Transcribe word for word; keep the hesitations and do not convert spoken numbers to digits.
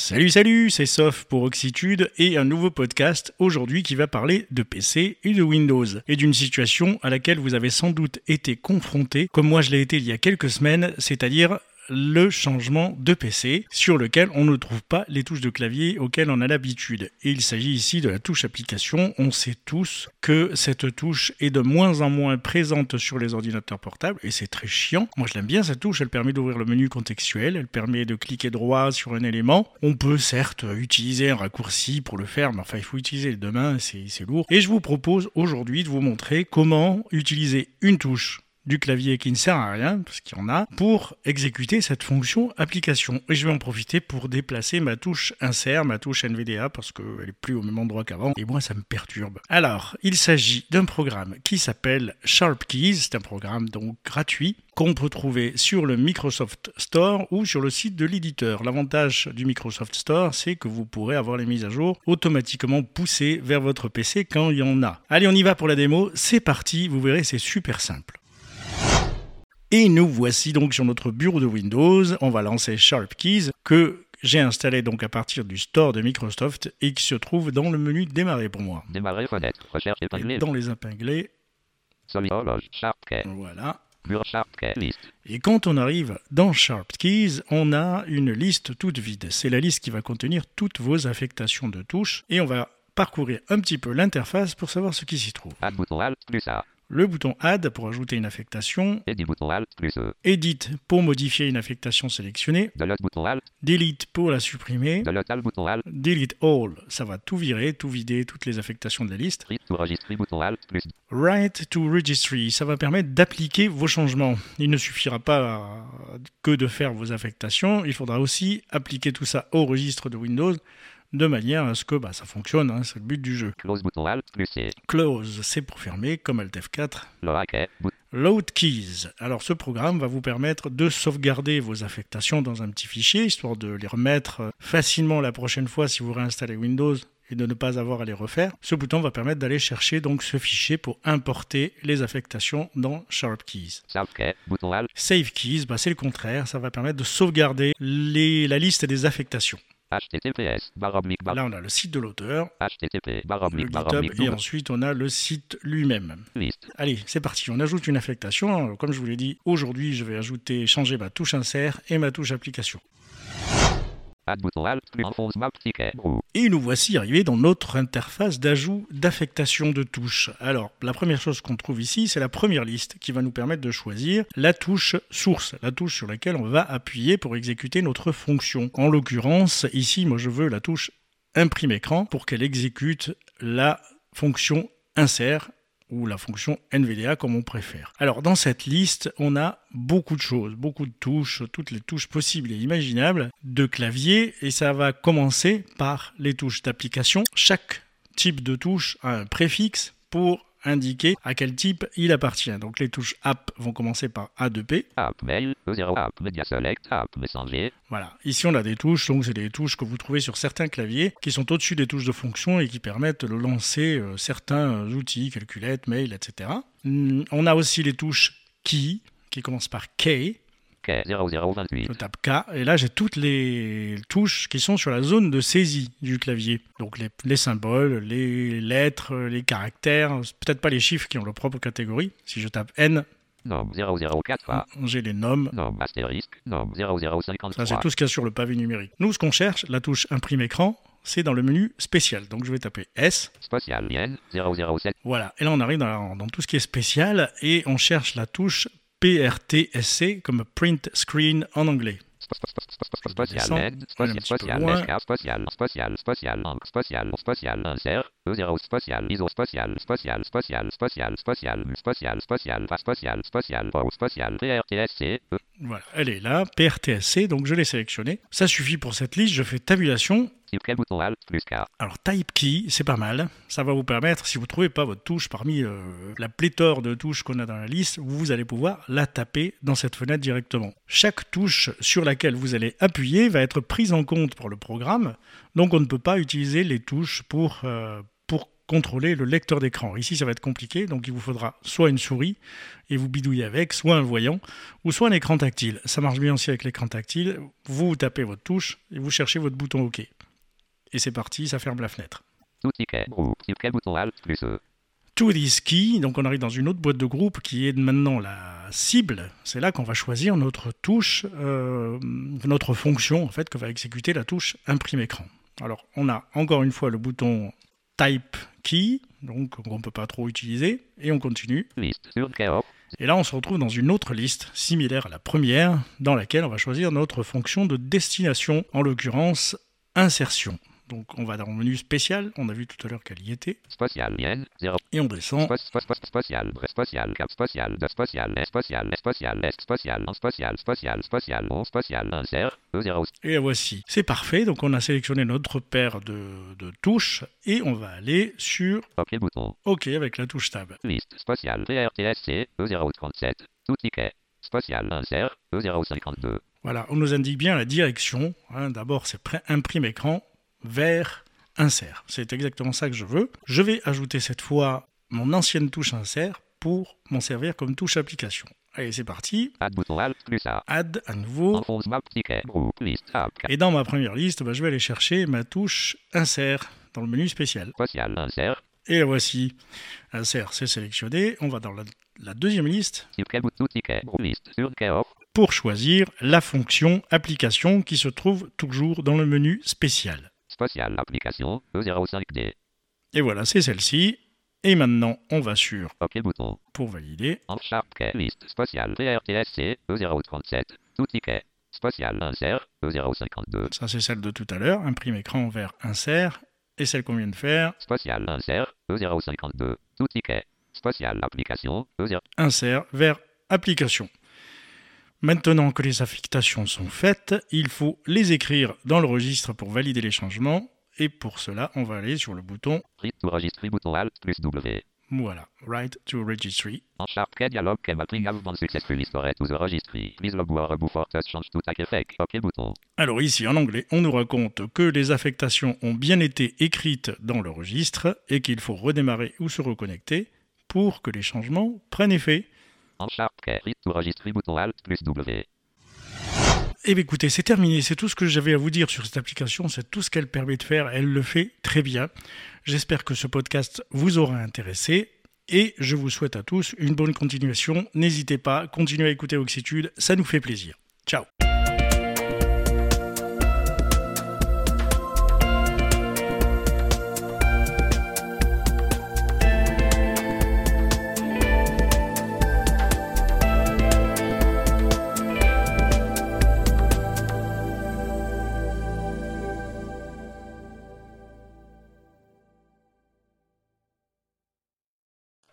Salut salut, c'est Soph pour Oxitude et un nouveau podcast aujourd'hui qui va parler de P C et de Windows et d'une situation à laquelle vous avez sans doute été confronté, comme moi je l'ai été il y a quelques semaines, c'est-à-dire le changement de P C sur lequel on ne trouve pas les touches de clavier auxquelles on a l'habitude. Et il s'agit ici de la touche application. On sait tous que cette touche est de moins en moins présente sur les ordinateurs portables et c'est très chiant. Moi je l'aime bien cette touche, elle permet d'ouvrir le menu contextuel, elle permet de cliquer droit sur un élément. On peut certes utiliser un raccourci pour le faire, mais enfin il faut utiliser les deux mains, c'est, c'est lourd. Et je vous propose aujourd'hui de vous montrer comment utiliser une touche du clavier qui ne sert à rien, parce qu'il y en a, pour exécuter cette fonction application. Et je vais en profiter pour déplacer ma touche insert, ma touche N V D A, parce qu'elle est plus au même endroit qu'avant, et moi ça me perturbe. Alors, il s'agit d'un programme qui s'appelle SharpKeys, c'est un programme donc gratuit, qu'on peut trouver sur le Microsoft Store ou sur le site de l'éditeur. L'avantage du Microsoft Store, c'est que vous pourrez avoir les mises à jour automatiquement poussées vers votre P C quand il y en a. Allez, on y va pour la démo, c'est parti, vous verrez, c'est super simple. Et nous voici donc sur notre bureau de Windows. On va lancer SharpKeys que j'ai installé donc à partir du store de Microsoft et qui se trouve dans le menu démarrer pour moi. Démarrer fenêtre, recherche épinglée. Dans les épinglés. Solide horloge, SharpKey. Voilà. Mur SharpKey, liste. Et quand on arrive dans SharpKeys, on a une liste toute vide. C'est la liste qui va contenir toutes vos affectations de touches et on va parcourir un petit peu l'interface pour savoir ce qui s'y trouve. Add bouton Alt plus A. Le bouton Add pour ajouter une affectation. Edit bouton Alt plus E. Edit pour modifier une affectation sélectionnée. Delete bouton Alt. Delete pour la supprimer. Delete Alt bouton Alt. Delete all, ça va tout virer, tout vider, toutes les affectations de la liste. Write to registry bouton Alt plus. Write to registry, ça va permettre d'appliquer vos changements. Il ne suffira pas que de faire vos affectations, il faudra aussi appliquer tout ça au registre de Windows de manière à ce que bah, ça fonctionne, hein, c'est le but du jeu. Close bouton Alt plus C. Close, c'est pour fermer, comme Alt F quatre. Load Load Keys. Alors ce programme va vous permettre de sauvegarder vos affectations dans un petit fichier, histoire de les remettre facilement la prochaine fois si vous réinstallez Windows et de ne pas avoir à les refaire. Ce bouton va permettre d'aller chercher donc ce fichier pour importer les affectations dans SharpKeys. SharpKey, bouton Alt. Save Keys, bah, c'est le contraire, ça va permettre de sauvegarder les, la liste des affectations. H T T P S, barre oblique, barre. Là, on a le site de l'auteur, H T T P, barre le oblique, barre GitHub, oblique, et double. ensuite on a le site lui-même. Liste. Allez, c'est parti, on ajoute une affectation. Alors, comme je vous l'ai dit, aujourd'hui, je vais ajouter, changer ma touche insert et ma touche application. Add bouton Alt plus enfonce map ticket. Brou. Et nous voici arrivés dans notre interface d'ajout d'affectation de touches. Alors, la première chose qu'on trouve ici, c'est la première liste qui va nous permettre de choisir la touche source, la touche sur laquelle on va appuyer pour exécuter notre fonction. En l'occurrence, ici, moi je veux la touche imprime écran pour qu'elle exécute la fonction insert ou la fonction N V D A comme on préfère. Alors dans cette liste, on a beaucoup de choses, beaucoup de touches, toutes les touches possibles et imaginables de clavier et ça va commencer par les touches d'application. Chaque type de touche a un préfixe pour indiquer à quel type il appartient. Donc les touches App vont commencer par A deux P. App Mail, E zéro App Media Select, App Messenger. Voilà, ici on a des touches, donc c'est des touches que vous trouvez sur certains claviers qui sont au-dessus des touches de fonction et qui permettent de lancer euh, certains outils, calculettes, mail, et cetera. Hum, on a aussi les touches Key qui commencent par K. K zéro zéro vingt-huit. Je tape K et là j'ai toutes les touches qui sont sur la zone de saisie du clavier. Donc les, les symboles, les lettres, les caractères, peut-être pas les chiffres qui ont leur propre catégorie. Si je tape N, Nom zéro zéro quatre A. j'ai les noms. Nom astérisque, nom zéro zéro cinquante-trois. Ça c'est tout ce qu'il y a sur le pavé numérique. Nous ce qu'on cherche, la touche imprime écran, c'est dans le menu spécial. Donc je vais taper S. Spatial lien zéro zéro sept. Voilà, et là on arrive dans, dans tout ce qui est spécial et on cherche la touche P R T S C comme Print Screen en anglais. Spatial End, spatial, spatial, escape, spatial, spatial, spatial, encre, spatial, spatial, insert, E zéro, spatial, I S O, spatial, spatial, spatial, spatial, spatial, spatial, spatial, pas spatial, spatial, pause, spatial, P R T S C, E. Voilà, elle est là, P R T S C, donc je l'ai sélectionnée. Ça suffit pour cette liste, je fais tabulation. Type quel bouton Alt plus K. Alors Type Key, c'est pas mal. Ça va vous permettre, si vous ne trouvez pas votre touche parmi euh, la pléthore de touches qu'on a dans la liste, vous allez pouvoir la taper dans cette fenêtre directement. Chaque touche sur laquelle vous allez appuyer va être prise en compte pour le programme, donc on ne peut pas utiliser les touches pour, euh, pour contrôler le lecteur d'écran. Ici, ça va être compliqué, donc il vous faudra soit une souris et vous bidouillez avec, soit un voyant, ou soit un écran tactile. Ça marche bien aussi avec l'écran tactile. Vous, vous tapez votre touche et vous cherchez votre bouton OK. Et c'est parti, ça ferme la fenêtre. Tout ticket, groupe, ticket, bouton Alt, plus E. To this key, donc on arrive dans une autre boîte de groupe qui est maintenant la cible. C'est là qu'on va choisir notre touche, euh, notre fonction en fait que va exécuter la touche imprime écran. Alors on a encore une fois le bouton Type Key, donc on ne peut pas trop utiliser, et on continue. Liste sur K O. Et là on se retrouve dans une autre liste similaire à la première, dans laquelle on va choisir notre fonction de destination, en l'occurrence insertion. Donc on va dans le menu spécial, on a vu tout à l'heure qu'elle y était. Spatial, yen, zéro. Et on descend. Spatial, spatial, cap spatial, de spatial, spatial, spatial, est spatial, en spatial, spatial, spatial, on spatial, insert, E zéro. Et la voici. C'est parfait, donc on a sélectionné notre paire de, de touches et on va aller sur OK bouton. OK avec la touche Tab. Liste spatial, P R T S C, E zéro trente-sept. Tout ticket. Spatial, insert, E zéro cinquante-deux. Voilà, on nous indique bien la direction. Hein, d'abord, c'est prêt, imprime écran vers insert. C'est exactement ça que je veux. Je vais ajouter cette fois mon ancienne touche insert pour m'en servir comme touche application. Allez, c'est parti. Add bouton Alt plus A. Add à nouveau. Enfonce map ticket groupe liste app. Et dans ma première liste, bah, je vais aller chercher ma touche insert dans le menu spécial. Spatial insert. Et la voici. Insert, c'est sélectionné. On va dans la, la deuxième liste. Ticket bouton ticket liste sur K O. Pour choisir la fonction application qui se trouve toujours dans le menu spécial. Spatial application E zéro cinq D. Et voilà, c'est celle-ci. Et maintenant, on va sur OK bouton. Pour valider. En ticket liste spatial P R T S C E zéro trente-sept. Tout ticket. Spatial insert E zéro cinquante-deux. Ça, c'est celle de tout à l'heure. Imprime écran vers insert. Et celle qu'on vient de faire. Spatial insert E zéro cinquante-deux. Tout ticket. Spatial application E zéro. Insert vers application. Maintenant que les affectations sont faites, il faut les écrire dans le registre pour valider les changements. Et pour cela, on va aller sur le bouton Write to registry, bouton Alt plus W. Voilà, Write to Registry. En sharp dialogue que mapping have been successfully stored to the registry. Please log or before touch change to take effect. OK bouton. Alors ici, en anglais, on nous raconte que les affectations ont bien été écrites dans le registre et qu'il faut redémarrer ou se reconnecter pour que les changements prennent effet. En sharp write to registry, bouton Alt plus W. Eh bien écoutez, c'est terminé, c'est tout ce que j'avais à vous dire sur cette application, c'est tout ce qu'elle permet de faire, elle le fait très bien. J'espère que ce podcast vous aura intéressé et je vous souhaite à tous une bonne continuation. N'hésitez pas, continuez à écouter Oxitude, ça nous fait plaisir. Ciao.